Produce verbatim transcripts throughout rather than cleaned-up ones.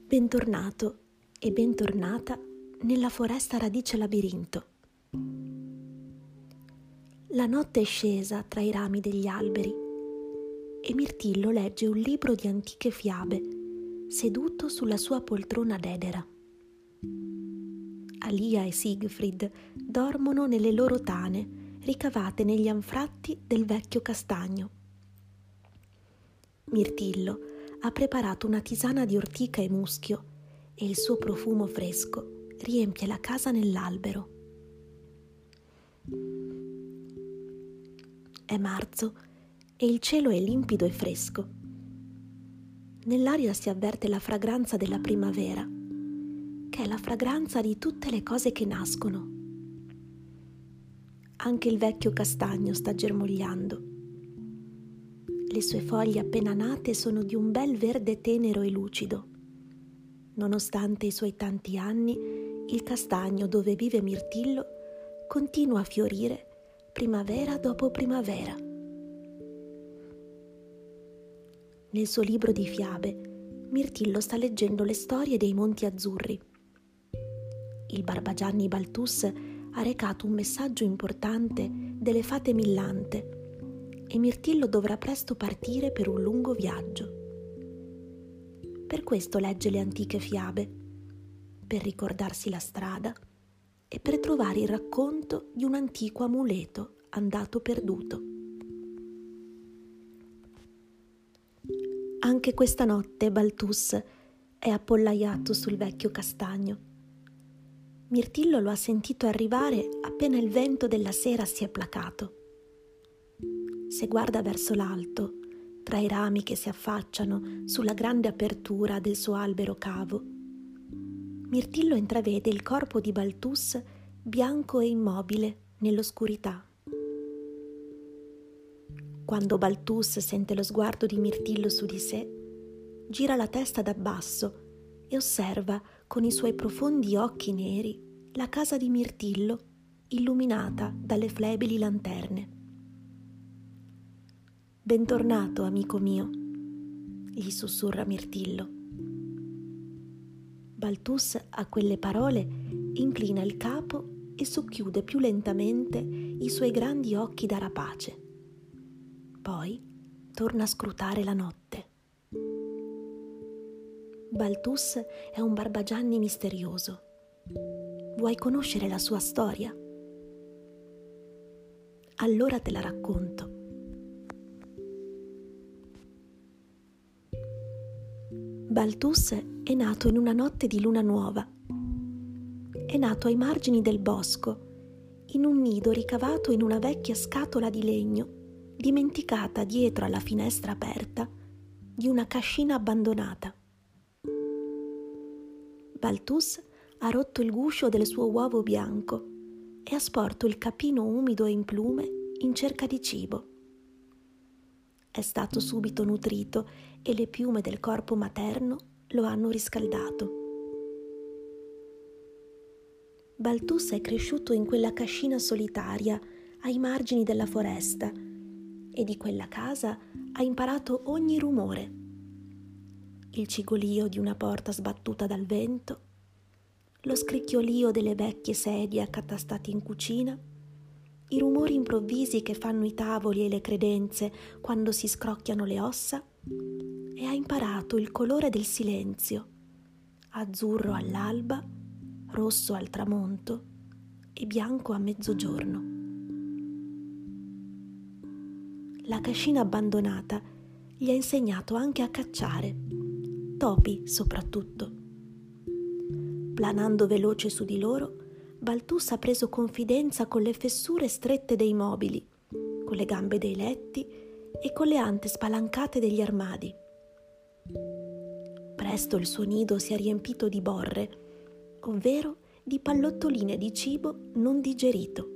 Bentornato e bentornata nella foresta radice labirinto. La notte è scesa tra i rami degli alberi e Mirtillo legge un libro di antiche fiabe, seduto sulla sua poltrona dedera. Alia e Siegfried dormono nelle loro tane, ricavate negli anfratti del vecchio castagno. Mirtillo ha preparato una tisana di ortica e muschio e il suo profumo fresco riempie la casa nell'albero. È marzo e il cielo è limpido e fresco. Nell'aria si avverte la fragranza della primavera, che è la fragranza di tutte le cose che nascono. Anche il vecchio castagno sta germogliando. Le sue foglie appena nate sono di un bel verde tenero e lucido. Nonostante i suoi tanti anni, il castagno dove vive Mirtillo continua a fiorire primavera dopo primavera. Nel suo libro di fiabe, Mirtillo sta leggendo le storie dei Monti Azzurri. Il barbagianni Balthus ha recato un messaggio importante delle fate millante e Mirtillo dovrà presto partire per un lungo viaggio. Per questo legge le antiche fiabe, per ricordarsi la strada e per trovare il racconto di un antico amuleto andato perduto. Anche questa notte Balthus è appollaiato sul vecchio castagno. Mirtillo lo ha sentito arrivare appena il vento della sera si è placato. Se guarda verso l'alto, tra i rami che si affacciano sulla grande apertura del suo albero cavo, Mirtillo intravede il corpo di Balthus bianco e immobile nell'oscurità. Quando Balthus sente lo sguardo di Mirtillo su di sé, gira la testa da basso e osserva con i suoi profondi occhi neri la casa di Mirtillo illuminata dalle flebili lanterne. «Bentornato, amico mio», gli sussurra Mirtillo. Balthus, a quelle parole, inclina il capo e socchiude più lentamente i suoi grandi occhi da rapace. Poi torna a scrutare la notte. Balthus è un barbagianni misterioso. Vuoi conoscere la sua storia? Allora te la racconto. Balthus è nato in una notte di luna nuova. È nato ai margini del bosco, in un nido ricavato in una vecchia scatola di legno, dimenticata dietro alla finestra aperta di una cascina abbandonata. Balthus ha rotto il guscio del suo uovo bianco e ha sporto il capino umido e in plume in cerca di cibo. È stato subito nutrito e le piume del corpo materno lo hanno riscaldato. Balthus è cresciuto in quella cascina solitaria ai margini della foresta e di quella casa ha imparato ogni rumore. Il cigolio di una porta sbattuta dal vento, lo scricchiolio delle vecchie sedie accatastate in cucina, i rumori improvvisi che fanno i tavoli e le credenze quando si scrocchiano le ossa, e ha imparato il colore del silenzio, azzurro all'alba, rosso al tramonto e bianco a mezzogiorno. La cascina abbandonata gli ha insegnato anche a cacciare, topi soprattutto. Planando veloce su di loro, Balthus ha preso confidenza con le fessure strette dei mobili, con le gambe dei letti e con le ante spalancate degli armadi. Presto il suo nido si è riempito di borre, ovvero di pallottoline di cibo non digerito.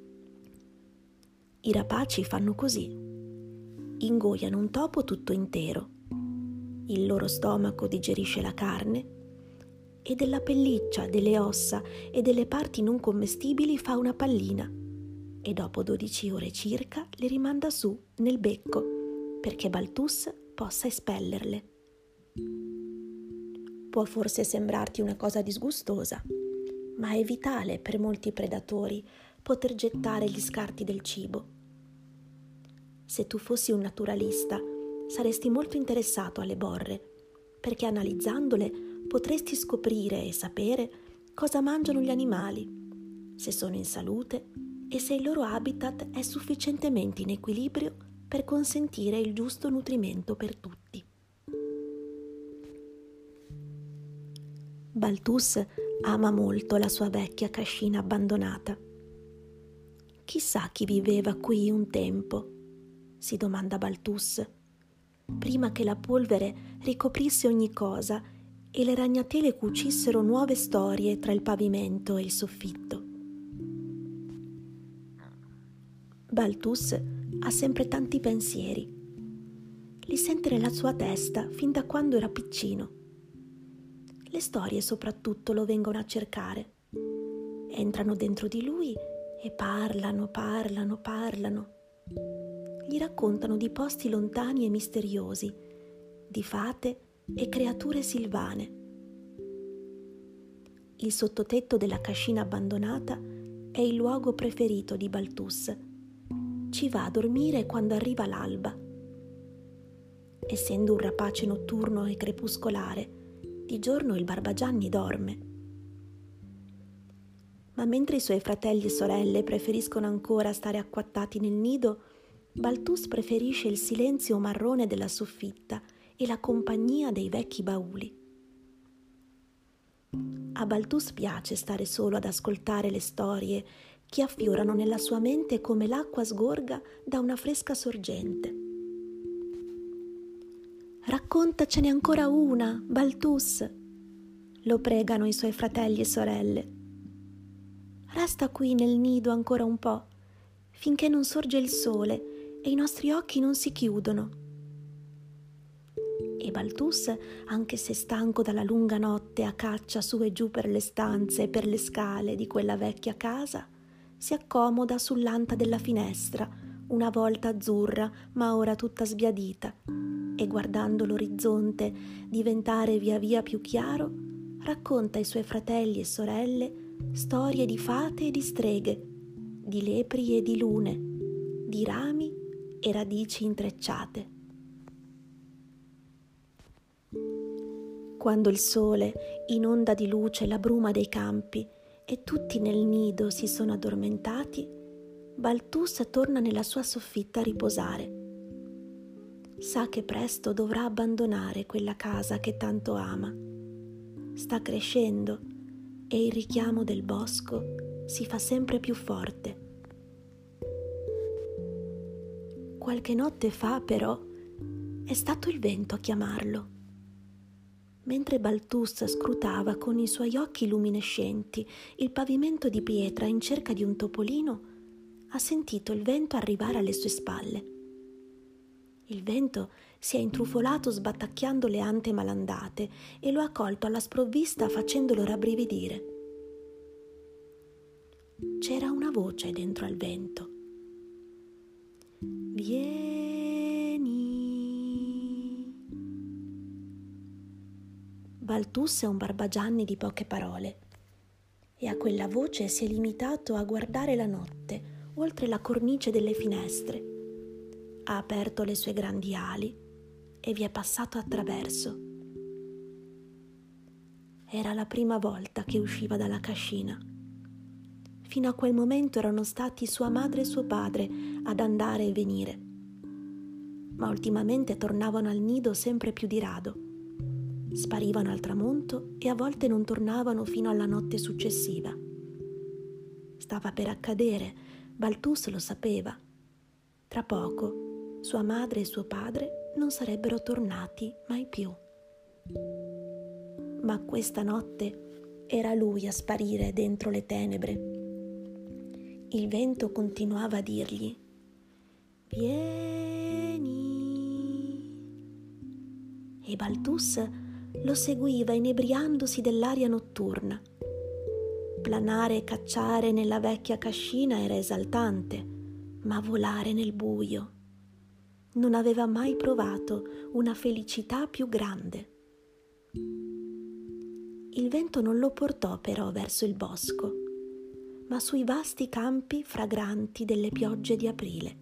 I rapaci fanno così: ingoiano un topo tutto intero, il loro stomaco digerisce la carne e della pelliccia, delle ossa e delle parti non commestibili fa una pallina e dopo dodici ore circa le rimanda su nel becco perché Balthus possa espellerle. Può forse sembrarti una cosa disgustosa, ma è vitale per molti predatori poter gettare gli scarti del cibo. Se tu fossi un naturalista, saresti molto interessato alle borre, perché analizzandole potresti scoprire e sapere cosa mangiano gli animali, se sono in salute e se il loro habitat è sufficientemente in equilibrio per consentire il giusto nutrimento per tutti. Balthus ama molto la sua vecchia cascina abbandonata. Chissà chi viveva qui un tempo, si domanda Balthus, prima che la polvere ricoprisse ogni cosa e le ragnatele cucissero nuove storie tra il pavimento e il soffitto. Balthus ha sempre tanti pensieri. Li sente nella sua testa fin da quando era piccino. Le storie soprattutto lo vengono a cercare. Entrano dentro di lui e parlano, parlano, parlano. Gli raccontano di posti lontani e misteriosi, di fate e creature silvane. Il sottotetto della cascina abbandonata è il luogo preferito di Balthus. Ci va a dormire quando arriva l'alba. Essendo un rapace notturno e crepuscolare, di giorno il Barbagianni dorme. Ma mentre i suoi fratelli e sorelle preferiscono ancora stare acquattati nel nido, Balthus preferisce il silenzio marrone della soffitta e la compagnia dei vecchi bauli. A Balthus piace stare solo ad ascoltare le storie che affiorano nella sua mente come l'acqua sgorga da una fresca sorgente. «Raccontacene ancora una, Balthus!» lo pregano i suoi fratelli e sorelle. «Resta qui nel nido ancora un po', finché non sorge il sole e i nostri occhi non si chiudono». E Balthus, anche se stanco dalla lunga notte a caccia su e giù per le stanze e per le scale di quella vecchia casa, si accomoda sull'anta della finestra, una volta azzurra ma ora tutta sbiadita, e guardando l'orizzonte diventare via via più chiaro, racconta ai suoi fratelli e sorelle storie di fate e di streghe, di lepri e di lune, di rami e radici intrecciate. Quando il sole inonda di luce la bruma dei campi e tutti nel nido si sono addormentati, Balthus torna nella sua soffitta a riposare. Sa che presto dovrà abbandonare quella casa che tanto ama. Sta crescendo e il richiamo del bosco si fa sempre più forte. Qualche notte fa, però, è stato il vento a chiamarlo. Mentre Balthus scrutava con i suoi occhi luminescenti il pavimento di pietra in cerca di un topolino, ha sentito il vento arrivare alle sue spalle. Il vento si è intrufolato sbattacchiando le ante malandate e lo ha colto alla sprovvista facendolo rabbrividire. C'era una voce dentro al vento. «Vieni!» Balthus è un Barbagianni di poche parole e a quella voce si è limitato a guardare la notte oltre la cornice delle finestre. Ha aperto le sue grandi ali e vi è passato attraverso. Era la prima volta che usciva dalla cascina. Fino a quel momento erano stati sua madre e suo padre ad andare e venire, ma ultimamente tornavano al nido sempre più di rado. Sparivano al tramonto e a volte non tornavano fino alla notte successiva. Stava per accadere, Balthus lo sapeva. Tra poco sua madre e suo padre non sarebbero tornati mai più. Ma questa notte era lui a sparire dentro le tenebre. Il vento continuava a dirgli: «Vieni!» E Balthus lo seguiva inebriandosi dell'aria notturna. Planare e cacciare nella vecchia cascina era esaltante, ma volare nel buio. Non aveva mai provato una felicità più grande. Il vento non lo portò però verso il bosco, ma sui vasti campi fragranti delle piogge di aprile.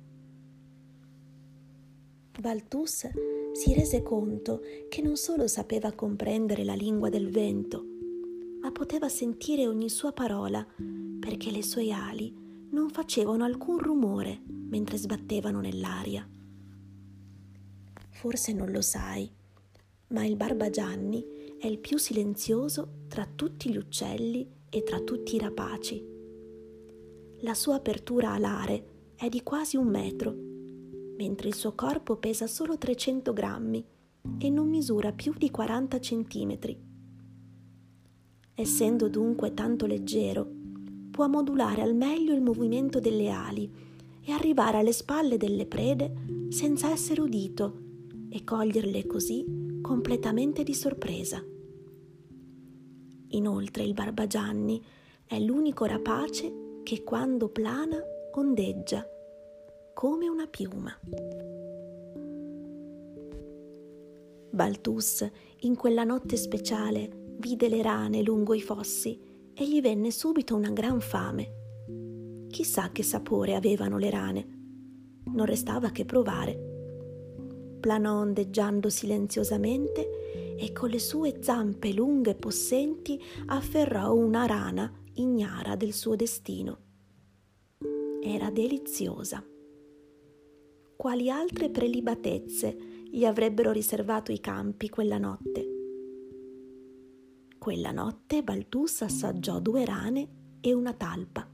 Balthus si rese conto che non solo sapeva comprendere la lingua del vento, ma poteva sentire ogni sua parola, perché le sue ali non facevano alcun rumore mentre sbattevano nell'aria. Forse non lo sai, ma il barbagianni è il più silenzioso tra tutti gli uccelli e tra tutti i rapaci. La sua apertura alare è di quasi un metro, mentre il suo corpo pesa solo trecento grammi e non misura più di quaranta centimetri. Essendo dunque tanto leggero, può modulare al meglio il movimento delle ali e arrivare alle spalle delle prede senza essere udito e coglierle così completamente di sorpresa. Inoltre il barbagianni è l'unico rapace che quando plana ondeggia come una piuma. Balthus in quella notte speciale vide le rane lungo i fossi e gli venne subito una gran fame. Chissà che sapore avevano le rane. Non restava che provare. Planò ondeggiando silenziosamente e con le sue zampe lunghe e possenti afferrò una rana ignara del suo destino. Era deliziosa. Quali altre prelibatezze gli avrebbero riservato i campi quella notte? Quella notte Balthus assaggiò due rane e una talpa.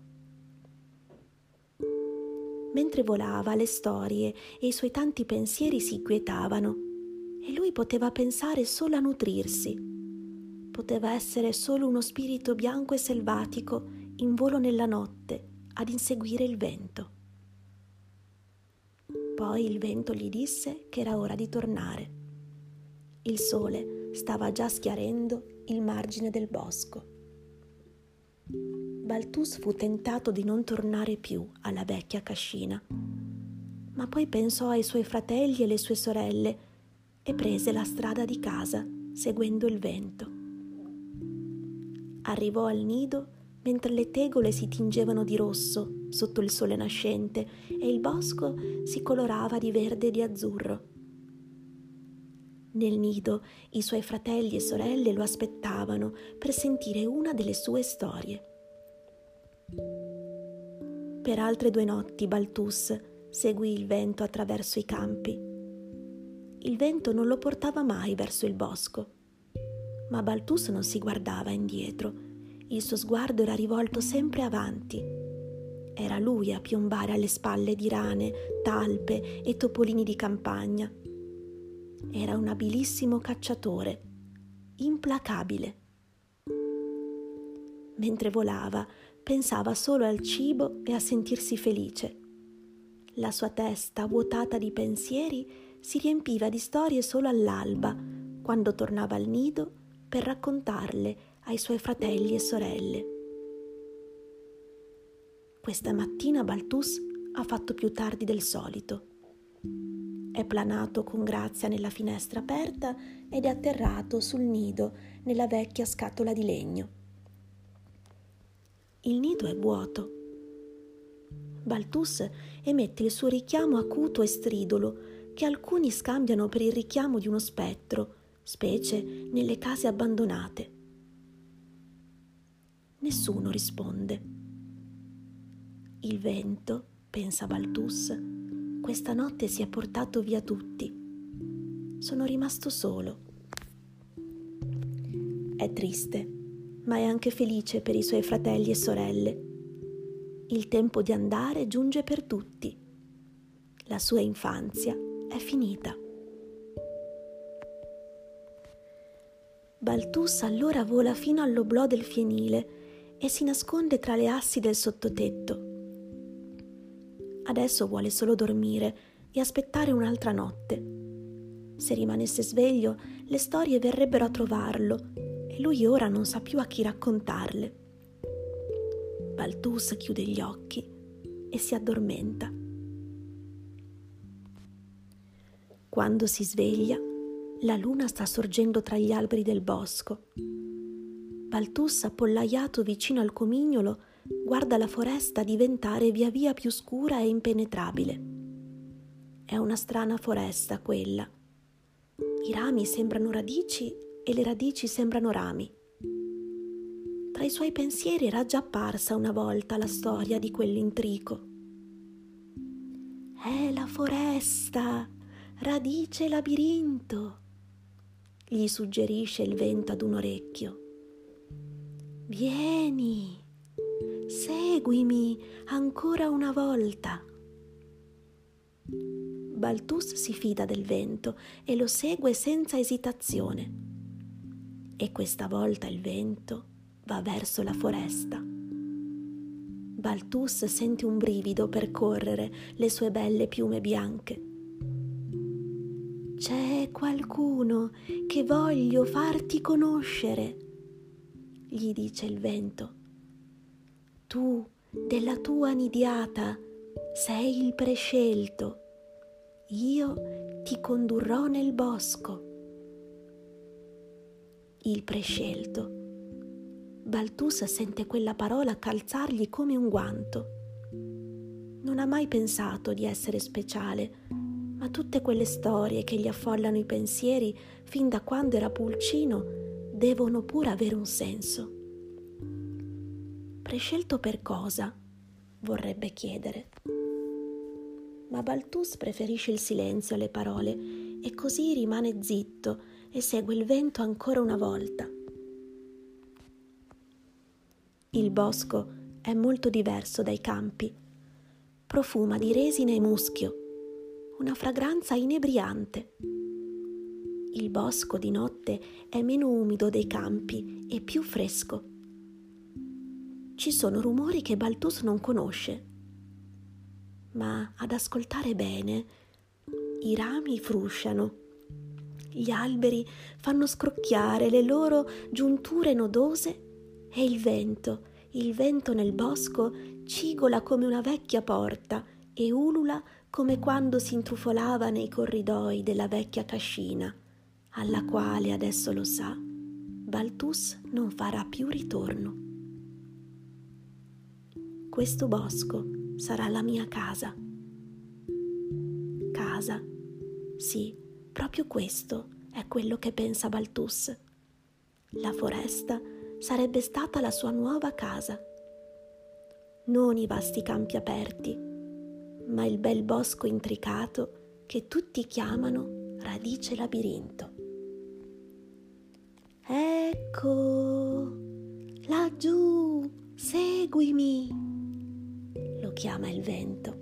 Mentre volava, le storie e i suoi tanti pensieri si quietavano e lui poteva pensare solo a nutrirsi. Poteva essere solo uno spirito bianco e selvatico in volo nella notte ad inseguire il vento. Poi il vento gli disse che era ora di tornare. Il sole stava già schiarendo il margine del bosco. Balthus fu tentato di non tornare più alla vecchia cascina, ma poi pensò ai suoi fratelli e alle sue sorelle e prese la strada di casa, seguendo il vento. Arrivò al nido mentre le tegole si tingevano di rosso sotto il sole nascente e il bosco si colorava di verde e di azzurro. Nel nido i suoi fratelli e sorelle lo aspettavano per sentire una delle sue storie. Per altre due notti Balthus seguì il vento attraverso i campi. Il vento non lo portava mai verso il bosco, ma Balthus non si guardava indietro. Il suo sguardo era rivolto sempre avanti. Era lui a piombare alle spalle di rane, talpe e topolini di campagna. Era un abilissimo cacciatore, implacabile. Mentre volava, pensava solo al cibo e a sentirsi felice. La sua testa, vuotata di pensieri, si riempiva di storie solo all'alba, quando tornava al nido per raccontarle ai suoi fratelli e sorelle. Questa mattina Balthus ha fatto più tardi del solito. È planato con grazia nella finestra aperta ed è atterrato sul nido nella vecchia scatola di legno. Il nido è vuoto. Balthus emette il suo richiamo acuto e stridolo che alcuni scambiano per il richiamo di uno spettro, specie nelle case abbandonate. Nessuno risponde. Il vento, pensa Balthus, questa notte si è portato via tutti. Sono rimasto solo. È triste, ma è anche felice per i suoi fratelli e sorelle. Il tempo di andare giunge per tutti. La sua infanzia è finita. Balthus allora vola fino all'oblò del fienile e si nasconde tra le assi del sottotetto. Adesso vuole solo dormire e aspettare un'altra notte. Se rimanesse sveglio, le storie verrebbero a trovarlo e lui ora non sa più a chi raccontarle. Balthus chiude gli occhi e si addormenta. Quando si sveglia, la luna sta sorgendo tra gli alberi del bosco. Balthus, appollaiato vicino al comignolo, guarda la foresta diventare via via più scura e impenetrabile. È una strana foresta quella. I rami sembrano radici e le radici sembrano rami. Tra i suoi pensieri era già apparsa una volta la storia di quell'intrico. È la foresta, radice labirinto, gli suggerisce il vento ad un orecchio. Vieni, seguimi ancora una volta. Balthus si fida del vento e lo segue senza esitazione. E questa volta il vento va verso la foresta. Balthus sente un brivido percorrere le sue belle piume bianche. C'è qualcuno che voglio farti conoscere, gli dice il vento. Tu, della tua nidiata, sei il prescelto. Io ti condurrò nel bosco. Il prescelto. Balthus sente quella parola calzargli come un guanto. Non ha mai pensato di essere speciale, ma tutte quelle storie che gli affollano i pensieri fin da quando era pulcino devono pure avere un senso. Prescelto per cosa? Vorrebbe chiedere. Ma Balthus preferisce il silenzio alle parole e così rimane zitto e segue il vento ancora una volta. Il bosco è molto diverso dai campi. Profuma di resina e muschio, una fragranza inebriante. Il bosco di notte è meno umido dei campi e più fresco. Ci sono rumori che Balthus non conosce, ma ad ascoltare bene, i rami frusciano, gli alberi fanno scrocchiare le loro giunture nodose e il vento, il vento nel bosco cigola come una vecchia porta e ulula come quando si intrufolava nei corridoi della vecchia cascina, alla quale, adesso lo sa, Balthus non farà più ritorno. Questo bosco sarà la mia casa. Casa, sì, proprio questo è quello che pensa Balthus. La foresta sarebbe stata la sua nuova casa. Non i vasti campi aperti, ma il bel bosco intricato che tutti chiamano radice labirinto. Ecco, laggiù, seguimi, lo chiama il vento.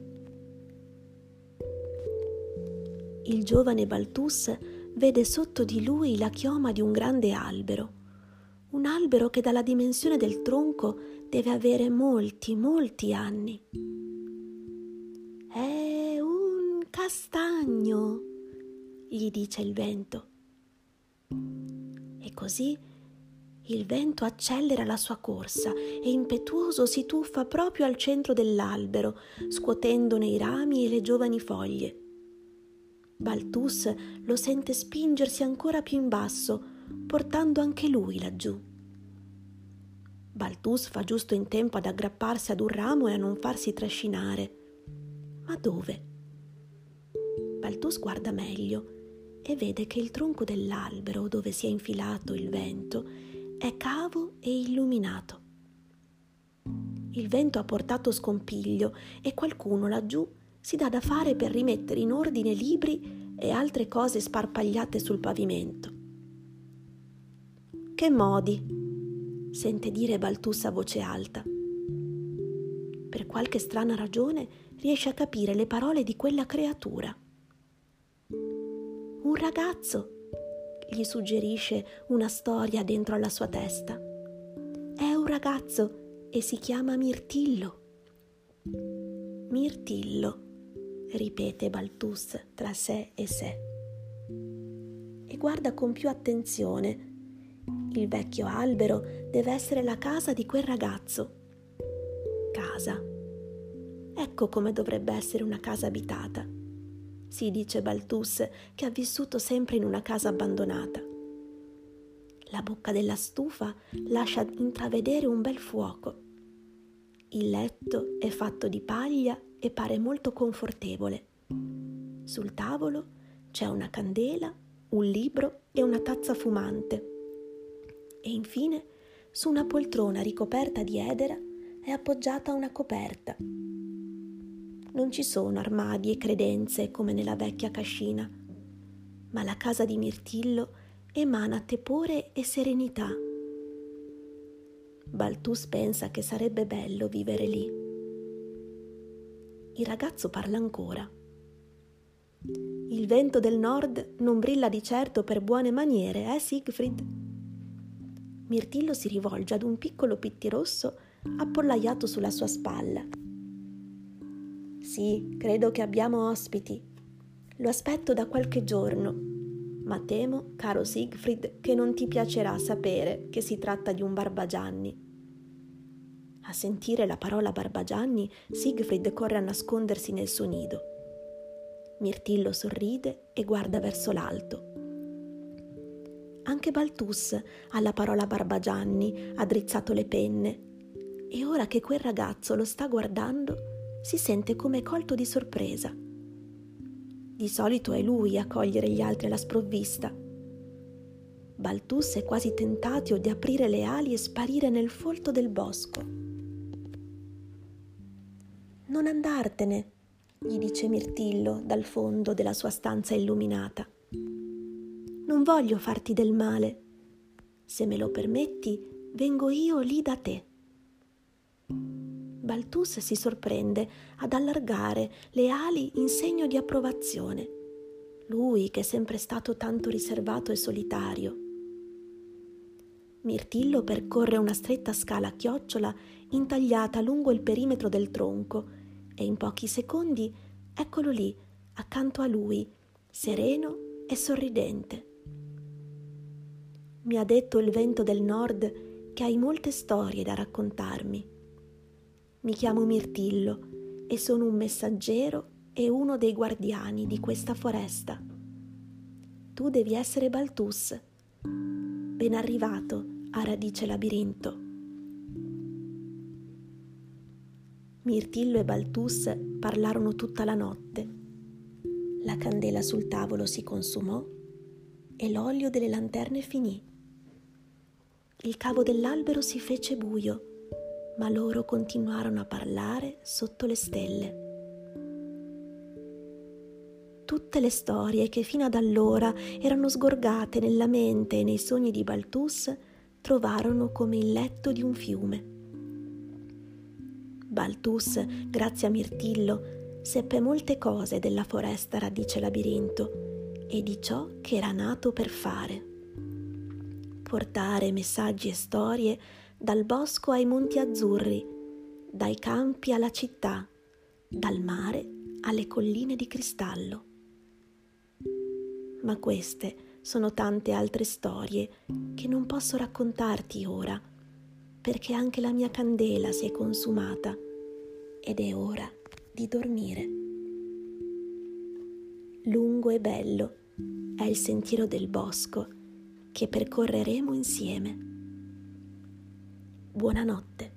Il giovane Balthus vede sotto di lui la chioma di un grande albero, un albero che dalla dimensione del tronco deve avere molti, molti anni. È un castagno, gli dice il vento. E così il vento accelera la sua corsa e impetuoso si tuffa proprio al centro dell'albero, scuotendone i rami e le giovani foglie. Balthus lo sente spingersi ancora più in basso, portando anche lui laggiù. Balthus fa giusto in tempo ad aggrapparsi ad un ramo e a non farsi trascinare. Ma dove? Balthus guarda meglio e vede che il tronco dell'albero dove si è infilato il vento è cavo e illuminato. Il vento ha portato scompiglio e qualcuno laggiù si dà da fare per rimettere in ordine libri e altre cose sparpagliate sul pavimento. Che modi? Sente dire Balthus a voce alta. Per qualche strana ragione riesce a capire le parole di quella creatura. Un ragazzo, gli suggerisce una storia dentro alla sua testa. È un ragazzo e si chiama Mirtillo. Mirtillo, ripete Balthus tra sé e sé. E guarda con più attenzione. Il vecchio albero deve essere la casa di quel ragazzo. Casa. Ecco come dovrebbe essere una casa abitata. Si dice Balthus che ha vissuto sempre in una casa abbandonata. La bocca della stufa lascia intravedere un bel fuoco. Il letto è fatto di paglia e pare molto confortevole. Sul tavolo c'è una candela, un libro e una tazza fumante. E infine, su una poltrona ricoperta di edera è appoggiata una coperta. Non ci sono armadi e credenze come nella vecchia cascina, ma la casa di Mirtillo emana tepore e serenità. Balthus pensa che sarebbe bello vivere lì. Il ragazzo parla ancora. Il vento del nord non brilla di certo per buone maniere, eh Siegfried? Mirtillo si rivolge ad un piccolo pittirosso appollaiato sulla sua spalla. Sì, credo che abbiamo ospiti. Lo aspetto da qualche giorno. Ma temo, caro Siegfried, che non ti piacerà sapere che si tratta di un Barbagianni. A sentire la parola Barbagianni, Siegfried corre a nascondersi nel suo nido. Mirtillo sorride e guarda verso l'alto. Anche Balthus, alla parola Barbagianni, ha drizzato le penne e ora che quel ragazzo lo sta guardando, si sente come colto di sorpresa. Di solito è lui a cogliere gli altri alla sprovvista. Balthus è quasi tentato di aprire le ali e sparire nel folto del bosco. «Non andartene», gli dice Mirtillo dal fondo della sua stanza illuminata. «Non voglio farti del male. Se me lo permetti, vengo io lì da te». Balthus si sorprende ad allargare le ali in segno di approvazione. Lui che è sempre stato tanto riservato e solitario. Mirtillo percorre una stretta scala a chiocciola intagliata lungo il perimetro del tronco e in pochi secondi eccolo lì, accanto a lui, sereno e sorridente. Mi ha detto il vento del nord che hai molte storie da raccontarmi. Mi chiamo Mirtillo e sono un messaggero e uno dei guardiani di questa foresta. Tu devi essere Balthus. Ben arrivato a Radice Labirinto. Mirtillo e Balthus parlarono tutta la notte. La candela sul tavolo si consumò e l'olio delle lanterne finì. Il cavo dell'albero si fece buio, ma loro continuarono a parlare sotto le stelle. Tutte le storie che fino ad allora erano sgorgate nella mente e nei sogni di Balthus trovarono come il letto di un fiume. Balthus, grazie a Mirtillo, seppe molte cose della foresta Radice Labirinto e di ciò che era nato per fare. Portare messaggi e storie dal bosco ai monti azzurri, dai campi alla città, dal mare alle colline di cristallo. Ma queste sono tante altre storie che non posso raccontarti ora, perché anche la mia candela si è consumata ed è ora di dormire. Lungo e bello è il sentiero del bosco che percorreremo insieme. Buonanotte.